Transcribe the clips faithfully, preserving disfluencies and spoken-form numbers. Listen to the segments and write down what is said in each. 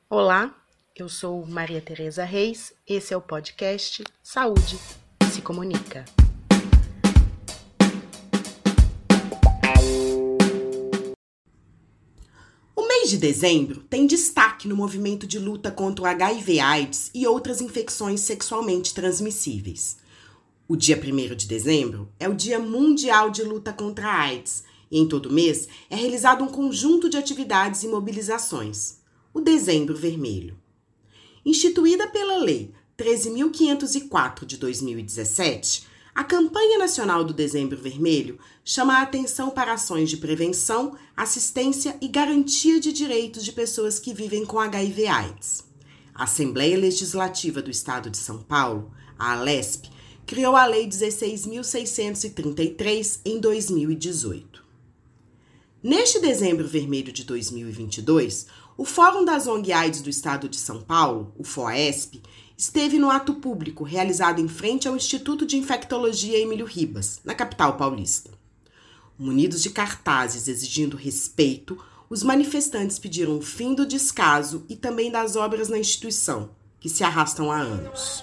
Olá, eu sou Maria Tereza Reis, esse é o podcast Saúde se Comunica. O mês de dezembro tem destaque no movimento de luta contra o H I V AIDS e outras infecções sexualmente transmissíveis. O dia primeiro de dezembro é o Dia Mundial de Luta contra a AIDS e em todo mês é realizado um conjunto de atividades e mobilizações. O Dezembro Vermelho. Instituída pela Lei treze mil quinhentos e quatro de dois mil e dezessete, a campanha nacional do Dezembro Vermelho chama a atenção para ações de prevenção, assistência e garantia de direitos de pessoas que vivem com H I V AIDS. A Assembleia Legislativa do Estado de São Paulo, a ALESP, criou a Lei dezesseis mil seiscentos e trinta e três em dois mil e dezoito. Neste Dezembro Vermelho de dois mil e vinte e dois, o Fórum das O N G AIDS do Estado de São Paulo, o FOAESP, esteve no ato público realizado em frente ao Instituto de Infectologia Emílio Ribas, na capital paulista. Munidos de cartazes exigindo respeito, os manifestantes pediram o fim do descaso e também das obras na instituição, que se arrastam há anos.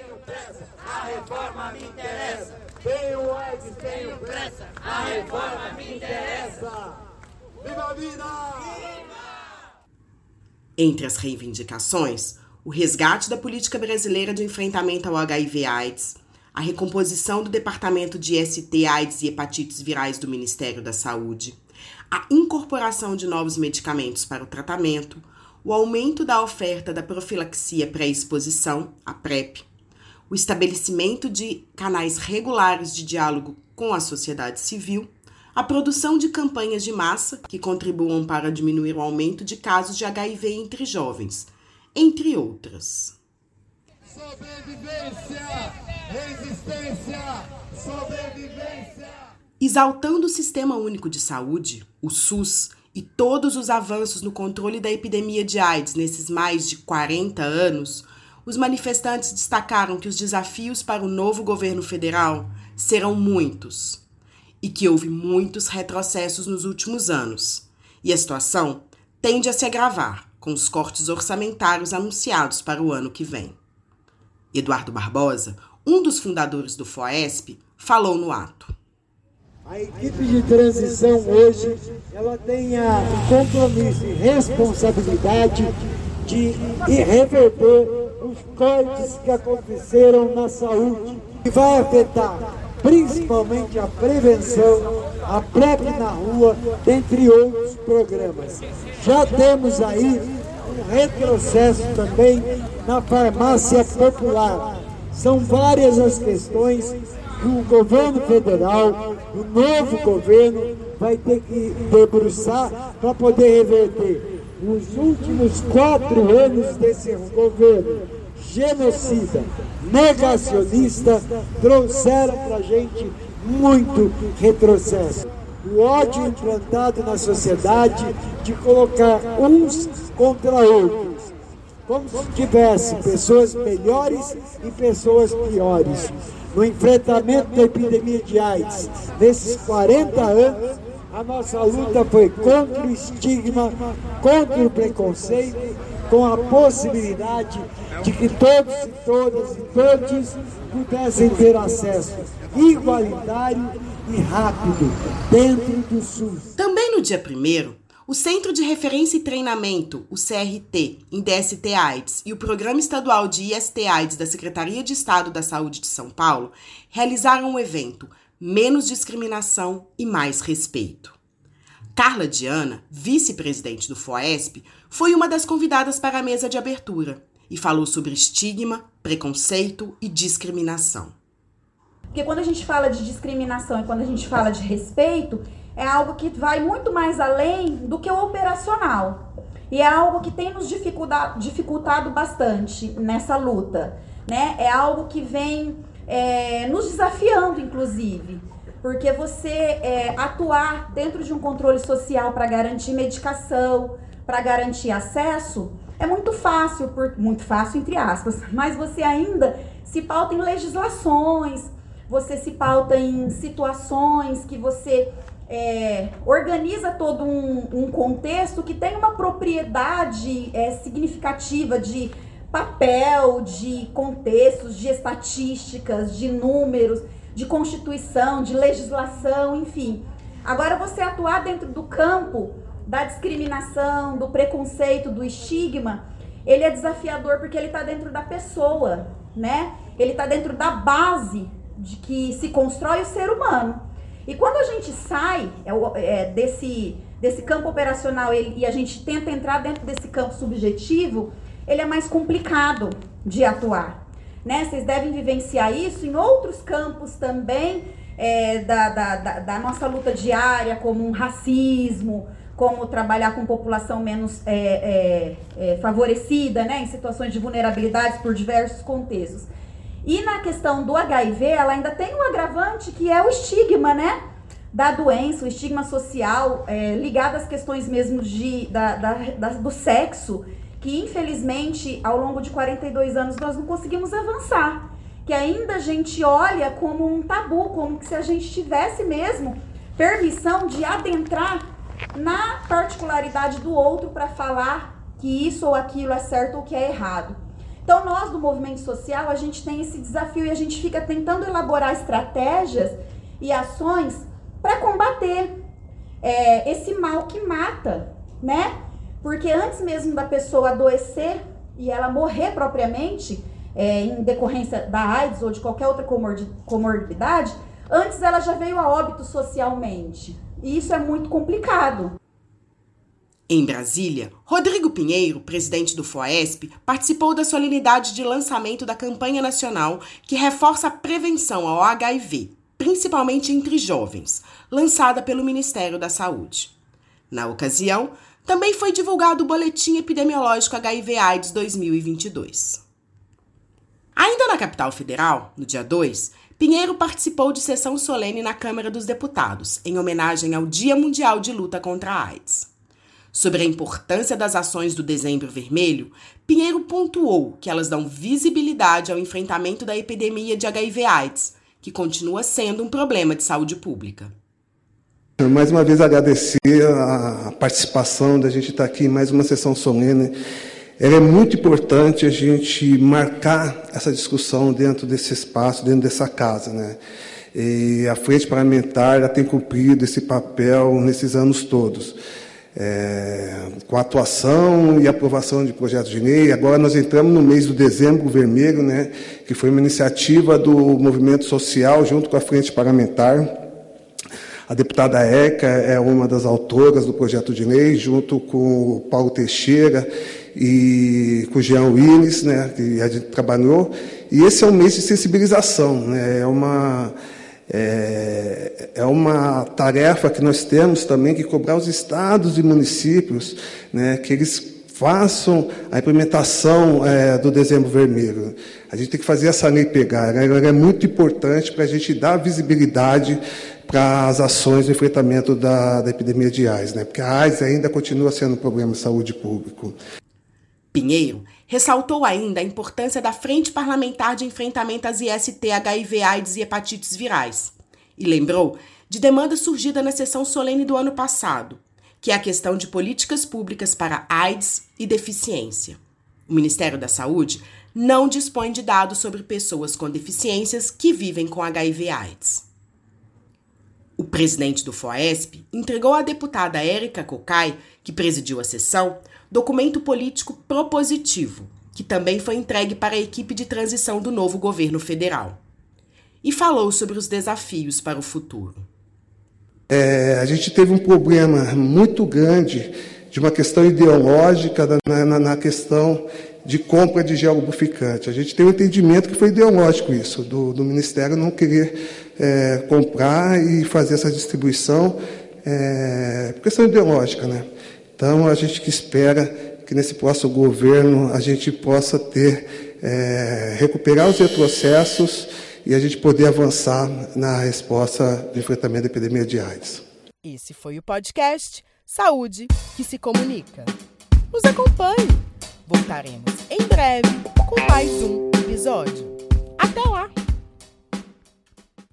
A reforma me interessa. Tenho AIDS, tenho pressa. A reforma me interessa. Viva a vida! Entre as reivindicações, o resgate da política brasileira de enfrentamento ao H I V AIDS, a recomposição do Departamento de S T, AIDS e Hepatites Virais do Ministério da Saúde, a incorporação de novos medicamentos para o tratamento, o aumento da oferta da profilaxia pré-exposição, a PrEP, o estabelecimento de canais regulares de diálogo com a sociedade civil, a produção de campanhas de massa que contribuam para diminuir o aumento de casos de H I V entre jovens, entre outras. Sobrevivência, resistência, sobrevivência. Exaltando o Sistema Único de Saúde, o SUS, e todos os avanços no controle da epidemia de AIDS nesses mais de quarenta anos, os manifestantes destacaram que os desafios para o novo governo federal serão muitos e que houve muitos retrocessos nos últimos anos. E a situação tende a se agravar com os cortes orçamentários anunciados para o ano que vem. Eduardo Barbosa, um dos fundadores do FOAESP, falou no ato. A equipe de transição hoje, ela tem a compromisso e responsabilidade de reverter os cortes que aconteceram na saúde, que vai afetar principalmente a prevenção, a PrEP na rua, dentre outros programas. Já temos aí um retrocesso também na farmácia popular. São várias as questões que o governo federal, o novo governo, vai ter que debruçar para poder reverter. Os últimos quatro anos desse governo genocida, negacionista, trouxeram para a gente muito retrocesso. O ódio implantado na sociedade de colocar uns contra outros, como se tivesse pessoas melhores e pessoas piores. No enfrentamento da epidemia de AIDS, nesses quarenta anos, a nossa luta foi contra o estigma, contra o preconceito, com a possibilidade de que todos e todas e todos pudessem ter acesso igualitário e rápido dentro do SUS. Também no dia primeiro, o Centro de Referência e Treinamento, o C R T, em D S T AIDS e o Programa Estadual de I S T AIDS da Secretaria de Estado da Saúde de São Paulo realizaram o evento Menos Discriminação e Mais Respeito. Carla Diana, vice-presidente do FOAESP, foi uma das convidadas para a mesa de abertura e falou sobre estigma, preconceito e discriminação. Porque quando a gente fala de discriminação e quando a gente fala de respeito, é algo que vai muito mais além do que o operacional. E é algo que tem nos dificultado, dificultado bastante nessa luta, né? É algo que vem é, nos desafiando, inclusive. Porque você é, atuar dentro de um controle social para garantir medicação, para garantir acesso, é muito fácil, por, muito fácil entre aspas, mas você ainda se pauta em legislações, você se pauta em situações que você é, organiza todo um, um contexto que tem uma propriedade é, significativa de papel, de contextos, de estatísticas, de números, de constituição, de legislação, enfim. Agora, você atuar dentro do campo da discriminação, do preconceito, do estigma, ele é desafiador porque ele está dentro da pessoa, né? Ele está dentro da base de que se constrói o ser humano. E quando a gente sai é, é, desse, desse campo operacional ele, e a gente tenta entrar dentro desse campo subjetivo, ele é mais complicado de atuar, né? Vocês devem vivenciar isso em outros campos também, é, da, da, da, da nossa luta diária, como um racismo, como trabalhar com população menos é, é, é, favorecida, né, em situações de vulnerabilidades por diversos contextos. E na questão do H I V, ela ainda tem um agravante que é o estigma, né, da doença, o estigma social é, ligado às questões mesmo de, da, da, da, do sexo, que infelizmente ao longo de quarenta e dois anos nós não conseguimos avançar, que ainda a gente olha como um tabu, como se a gente tivesse mesmo permissão de adentrar na particularidade do outro para falar que isso ou aquilo é certo ou que é errado. Então nós do movimento social, a gente tem esse desafio e a gente fica tentando elaborar estratégias e ações para combater é, esse mal que mata, né? Porque antes mesmo da pessoa adoecer e ela morrer propriamente, é, em decorrência da AIDS ou de qualquer outra comorbidade, antes ela já veio a óbito socialmente. E isso é muito complicado. Em Brasília, Rodrigo Pinheiro, presidente do FOESP, participou da solenidade de lançamento da campanha nacional que reforça a prevenção ao H I V, principalmente entre jovens, lançada pelo Ministério da Saúde. Na ocasião, também foi divulgado o Boletim Epidemiológico H I V AIDS dois mil e vinte e dois. Ainda na capital federal, no dia dois, Pinheiro participou de sessão solene na Câmara dos Deputados, em homenagem ao Dia Mundial de Luta contra a AIDS. Sobre a importância das ações do Dezembro Vermelho, Pinheiro pontuou que elas dão visibilidade ao enfrentamento da epidemia de H I V AIDS, que continua sendo um problema de saúde pública. Mais uma vez agradecer a participação da gente estar aqui em mais uma sessão solene. É muito importante a gente marcar essa discussão dentro desse espaço, dentro dessa casa, né? E a Frente Parlamentar ela tem cumprido esse papel nesses anos todos. É, com a atuação e aprovação de projetos de lei. Agora nós entramos no mês do Dezembro Vermelho, né, que foi uma iniciativa do movimento social junto com a Frente Parlamentar. A deputada Érica é uma das autoras do projeto de lei, junto com o Paulo Teixeira e com o Jean Willis, né, que a gente trabalhou. E esse é um mês de sensibilização, né, é uma... É, é uma tarefa que nós temos também que cobrar os estados e municípios, né, que eles façam a implementação é, do Dezembro Vermelho. A gente tem que fazer essa lei pegar, ela é muito importante para a gente dar visibilidade para as ações de enfrentamento da, da epidemia de AIDS, né, porque a AIDS ainda continua sendo um problema de saúde pública. Pinheiro ressaltou ainda a importância da Frente Parlamentar de Enfrentamento às I S T, H I V, AIDS e hepatites virais. E lembrou de demanda surgida na sessão solene do ano passado, que é a questão de políticas públicas para AIDS e deficiência. O Ministério da Saúde não dispõe de dados sobre pessoas com deficiências que vivem com H I V AIDS. O presidente do FOESP entregou à deputada Érica Cocai, que presidiu a sessão, documento político propositivo, que também foi entregue para a equipe de transição do novo governo federal. E falou sobre os desafios para o futuro. É, a gente teve um problema muito grande de uma questão ideológica na, na, na questão de compra de gel lubrificante. A gente tem um entendimento que foi ideológico isso, do, do Ministério não querer é, comprar e fazer essa distribuição, é, por questão ideológica, né? Então, a gente que espera que nesse próximo governo a gente possa ter, é, recuperar os retrocessos e a gente poder avançar na resposta de enfrentamento da epidemia de AIDS. Esse foi o podcast Saúde que se Comunica. Nos acompanhe. Voltaremos em breve com mais um episódio.